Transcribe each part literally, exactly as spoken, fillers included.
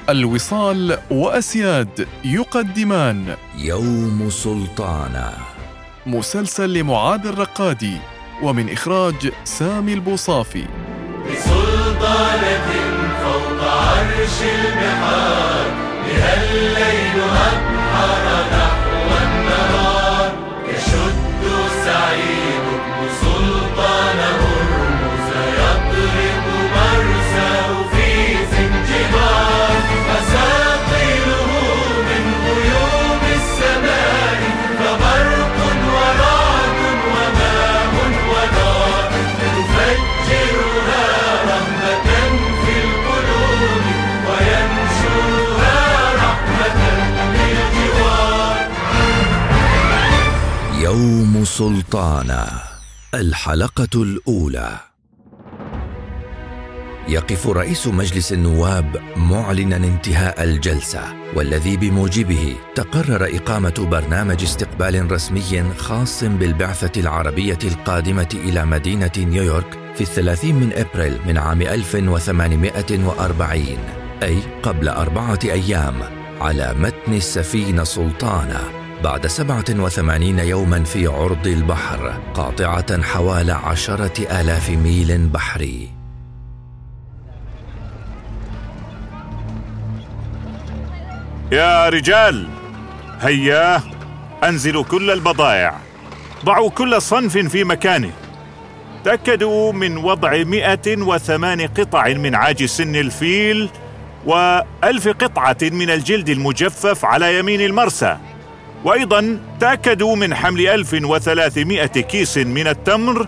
الوصال وأسياد يقدمان يوم سلطانة، مسلسل لمعاذ الرقادي ومن إخراج سامي البوصافي. بسلطانة فوق عرش البحار، بها الليل أبحر نحو النهار، يشد سعيد بن سلطان هرمز، يضرب مرساه في زنجبار، أساطيله من غيوم السماء، فبرق ورعد وماء ونار، يفجرها رهبة في القلوب، وينشرها رحمة للجوار. يوم سلطانة، الحلقة الأولى. يقف رئيس مجلس النواب معلنا انتهاء الجلسة، والذي بموجبه تقرر إقامة برنامج استقبال رسمي خاص بالبعثة العربية القادمة إلى مدينة نيويورك في الثلاثين من أبريل من عام ألف وثمانمائة وأربعين، أي قبل أربعة أيام، على متن السفينة سلطانة، بعد سبعة وثمانين يوما في عرض البحر، قاطعة حوالي عشرة آلاف ميل بحري. يا رجال، هيا أنزلوا كل البضائع، ضعوا كل صنف في مكانه، تأكدوا من وضع مئة وثمان قطع من عاج سن الفيل وألف قطعة من الجلد المجفف على يمين المرسى، وأيضا تأكدوا من حمل ألف وثلاثمائة كيس من التمر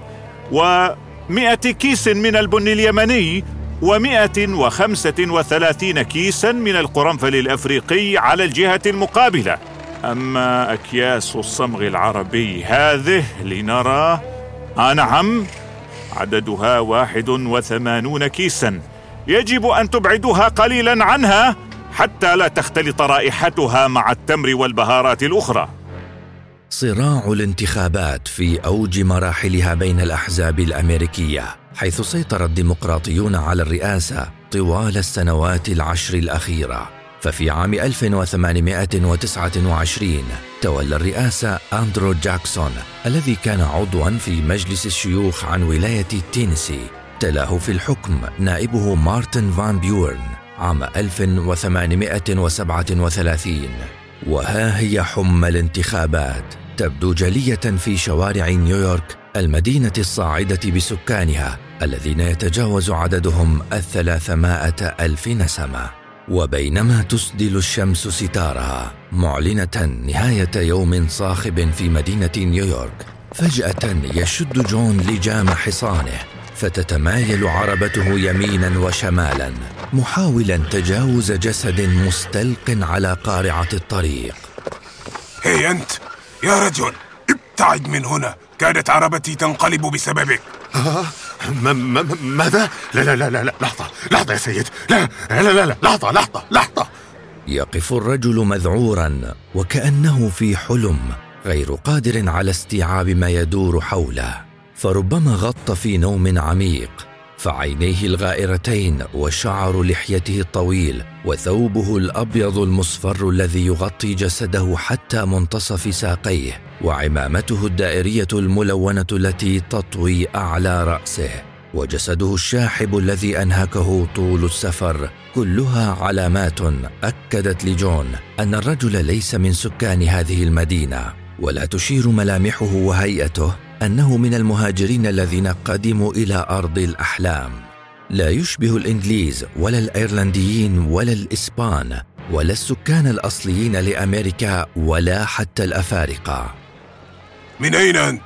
ومئة كيس من البن اليمني ومئة وخمسة وثلاثين كيسا من القرنفل الأفريقي على الجهة المقابلة. أما أكياس الصمغ العربي هذه لنرى، آه نعم، عددها واحد وثمانون كيسا، يجب أن تبعدوها قليلا عنها حتى لا تختلط رائحتها مع التمر والبهارات الأخرى. صراع الانتخابات في أوج مراحلها بين الأحزاب الأمريكية، حيث سيطر الديمقراطيون على الرئاسة طوال السنوات العشر الأخيرة. ففي عام ألف وثمانمائة وتسعة وعشرين تولى الرئاسة أندرو جاكسون، الذي كان عضواً في مجلس الشيوخ عن ولاية تينيسي. تلاه في الحكم نائبه مارتن فان بيورن عام ألف وثمانمائة وسبعة وثلاثين. وها هي حمى الانتخابات تبدو جلية في شوارع نيويورك، المدينة الصاعدة بسكانها الذين يتجاوز عددهم الثلاثمائة ألف نسمة. وبينما تسدل الشمس ستارها معلنة نهاية يوم صاخب في مدينة نيويورك، فجأة يشد جون لجام حصانه، فتتمايل عربته يمينا وشمالا، محاولا تجاوز جسد مستلق على قارعة الطريق. هي أنت يا رجل، ابتعد من هنا، كادت عربتي تنقلب بسببك. آه ما ما ماذا؟ لا لا لا لا لحظة لحظة يا سيد، لا لا لا لا لحظة لحظة لحظة. يقف الرجل مذعورا وكأنه في حلم، غير قادر على استيعاب ما يدور حوله، فربما غط في نوم عميق، فعينيه الغائرتين وشعر لحيته الطويل وثوبه الأبيض المصفر الذي يغطي جسده حتى منتصف ساقيه، وعمامته الدائرية الملونة التي تطوي أعلى رأسه، وجسده الشاحب الذي أنهكه طول السفر، كلها علامات أكدت لجون أن الرجل ليس من سكان هذه المدينة، ولا تشير ملامحه وهيئته أنه من المهاجرين الذين قدموا إلى أرض الأحلام. لا يشبه الإنجليز ولا الأيرلنديين ولا الإسبان ولا السكان الأصليين لأمريكا ولا حتى الأفارقة. من أين أنت؟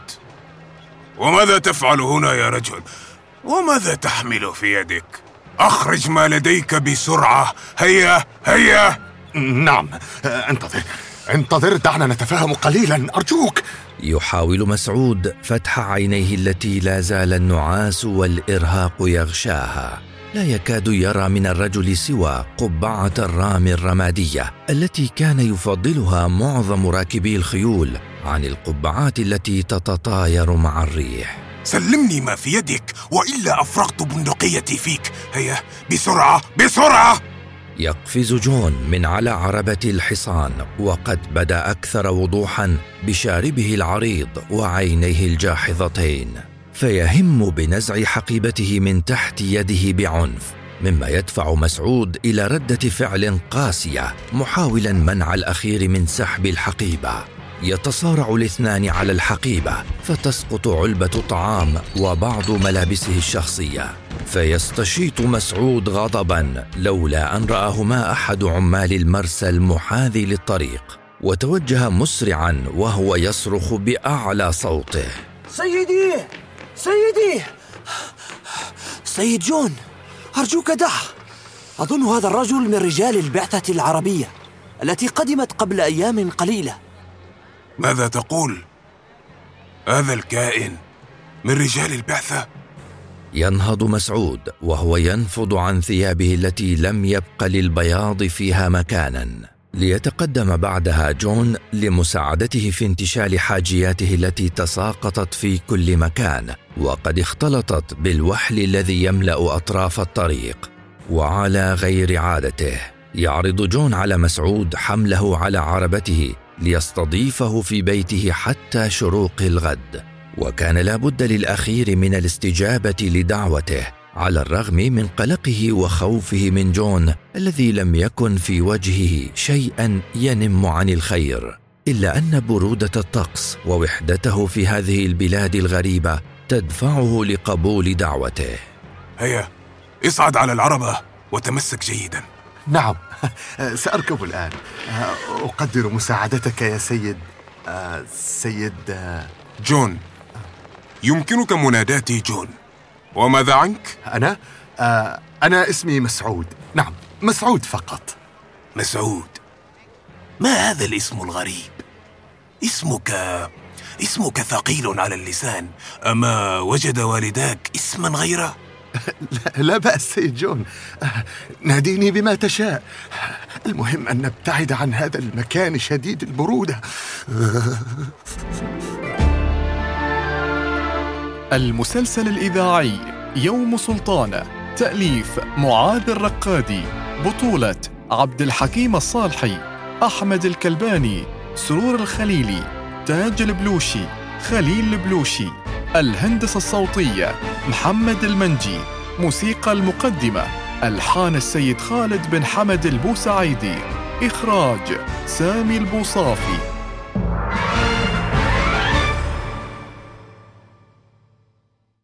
وماذا تفعل هنا يا رجل؟ وماذا تحمل في يدك؟ أخرج ما لديك بسرعة، هيا هيا. نعم، انتظر انتظر دعنا نتفاهم قليلا أرجوك. يحاول مسعود فتح عينيه التي لا زال النعاس والإرهاق يغشاها. لا يكاد يرى من الرجل سوى قبعة الرامي الرمادية التي كان يفضلها معظم راكبي الخيول عن القبعات التي تتطاير مع الريح. سلمني ما في يدك وإلا أفرغت بندقيتي فيك. هيا بسرعة بسرعة. يقفز جون من على عربة الحصان وقد بدا أكثر وضوحا بشاربه العريض وعينيه الجاحظتين، فيهم بنزع حقيبته من تحت يده بعنف، مما يدفع مسعود إلى ردة فعل قاسية محاولا منع الأخير من سحب الحقيبة. يتصارع الاثنان على الحقيبة فتسقط علبة طعام وبعض ملابسه الشخصية، فيستشيط مسعود غضبا لولا أن رآهما أحد عمال المرسى المحاذي للطريق، وتوجه مسرعا وهو يصرخ بأعلى صوته: سيدي سيدي سيد جون، أرجوك دعه. أظن هذا الرجل من رجال البعثة العربية التي قدمت قبل أيام قليلة. ماذا تقول؟ هذا الكائن من رجال البعثة؟ ينهض مسعود وهو ينفض عن ثيابه التي لم يبق للبياض فيها مكانا، ليتقدم بعدها جون لمساعدته في انتشال حاجياته التي تساقطت في كل مكان وقد اختلطت بالوحل الذي يملأ أطراف الطريق. وعلى غير عادته يعرض جون على مسعود حمله على عربته ليستضيفه في بيته حتى شروق الغد، وكان لابد للأخير من الاستجابة لدعوته على الرغم من قلقه وخوفه من جون الذي لم يكن في وجهه شيئا ينم عن الخير، إلا أن برودة الطقس ووحدته في هذه البلاد الغريبة تدفعه لقبول دعوته. هيا اصعد على العربة وتمسك جيدا. نعم، سأركب الآن. أقدر مساعدتك يا سيد سيد جون. يمكنك مناداتي جون. وماذا عنك؟ أنا أنا اسمي مسعود. نعم، مسعود فقط. مسعود، ما هذا الاسم الغريب؟ اسمك اسمك ثقيل على اللسان. أما وجد والداك اسما غيره؟ لا, لا بأس سيد جون، ناديني بما تشاء، المهم أن نبتعد عن هذا المكان شديد البرودة. المسلسل الإذاعي يوم سلطانة، تأليف معاذ الرقادي، بطولة عبد الحكيم الصالحي، أحمد الكلباني، سرور الخليلي، تاج البلوشي، خليل البلوشي. الهندسة الصوتية محمد المنجي. موسيقى المقدمة ألحان السيد خالد بن حمد البوسعيدي. إخراج سامي البوصافي.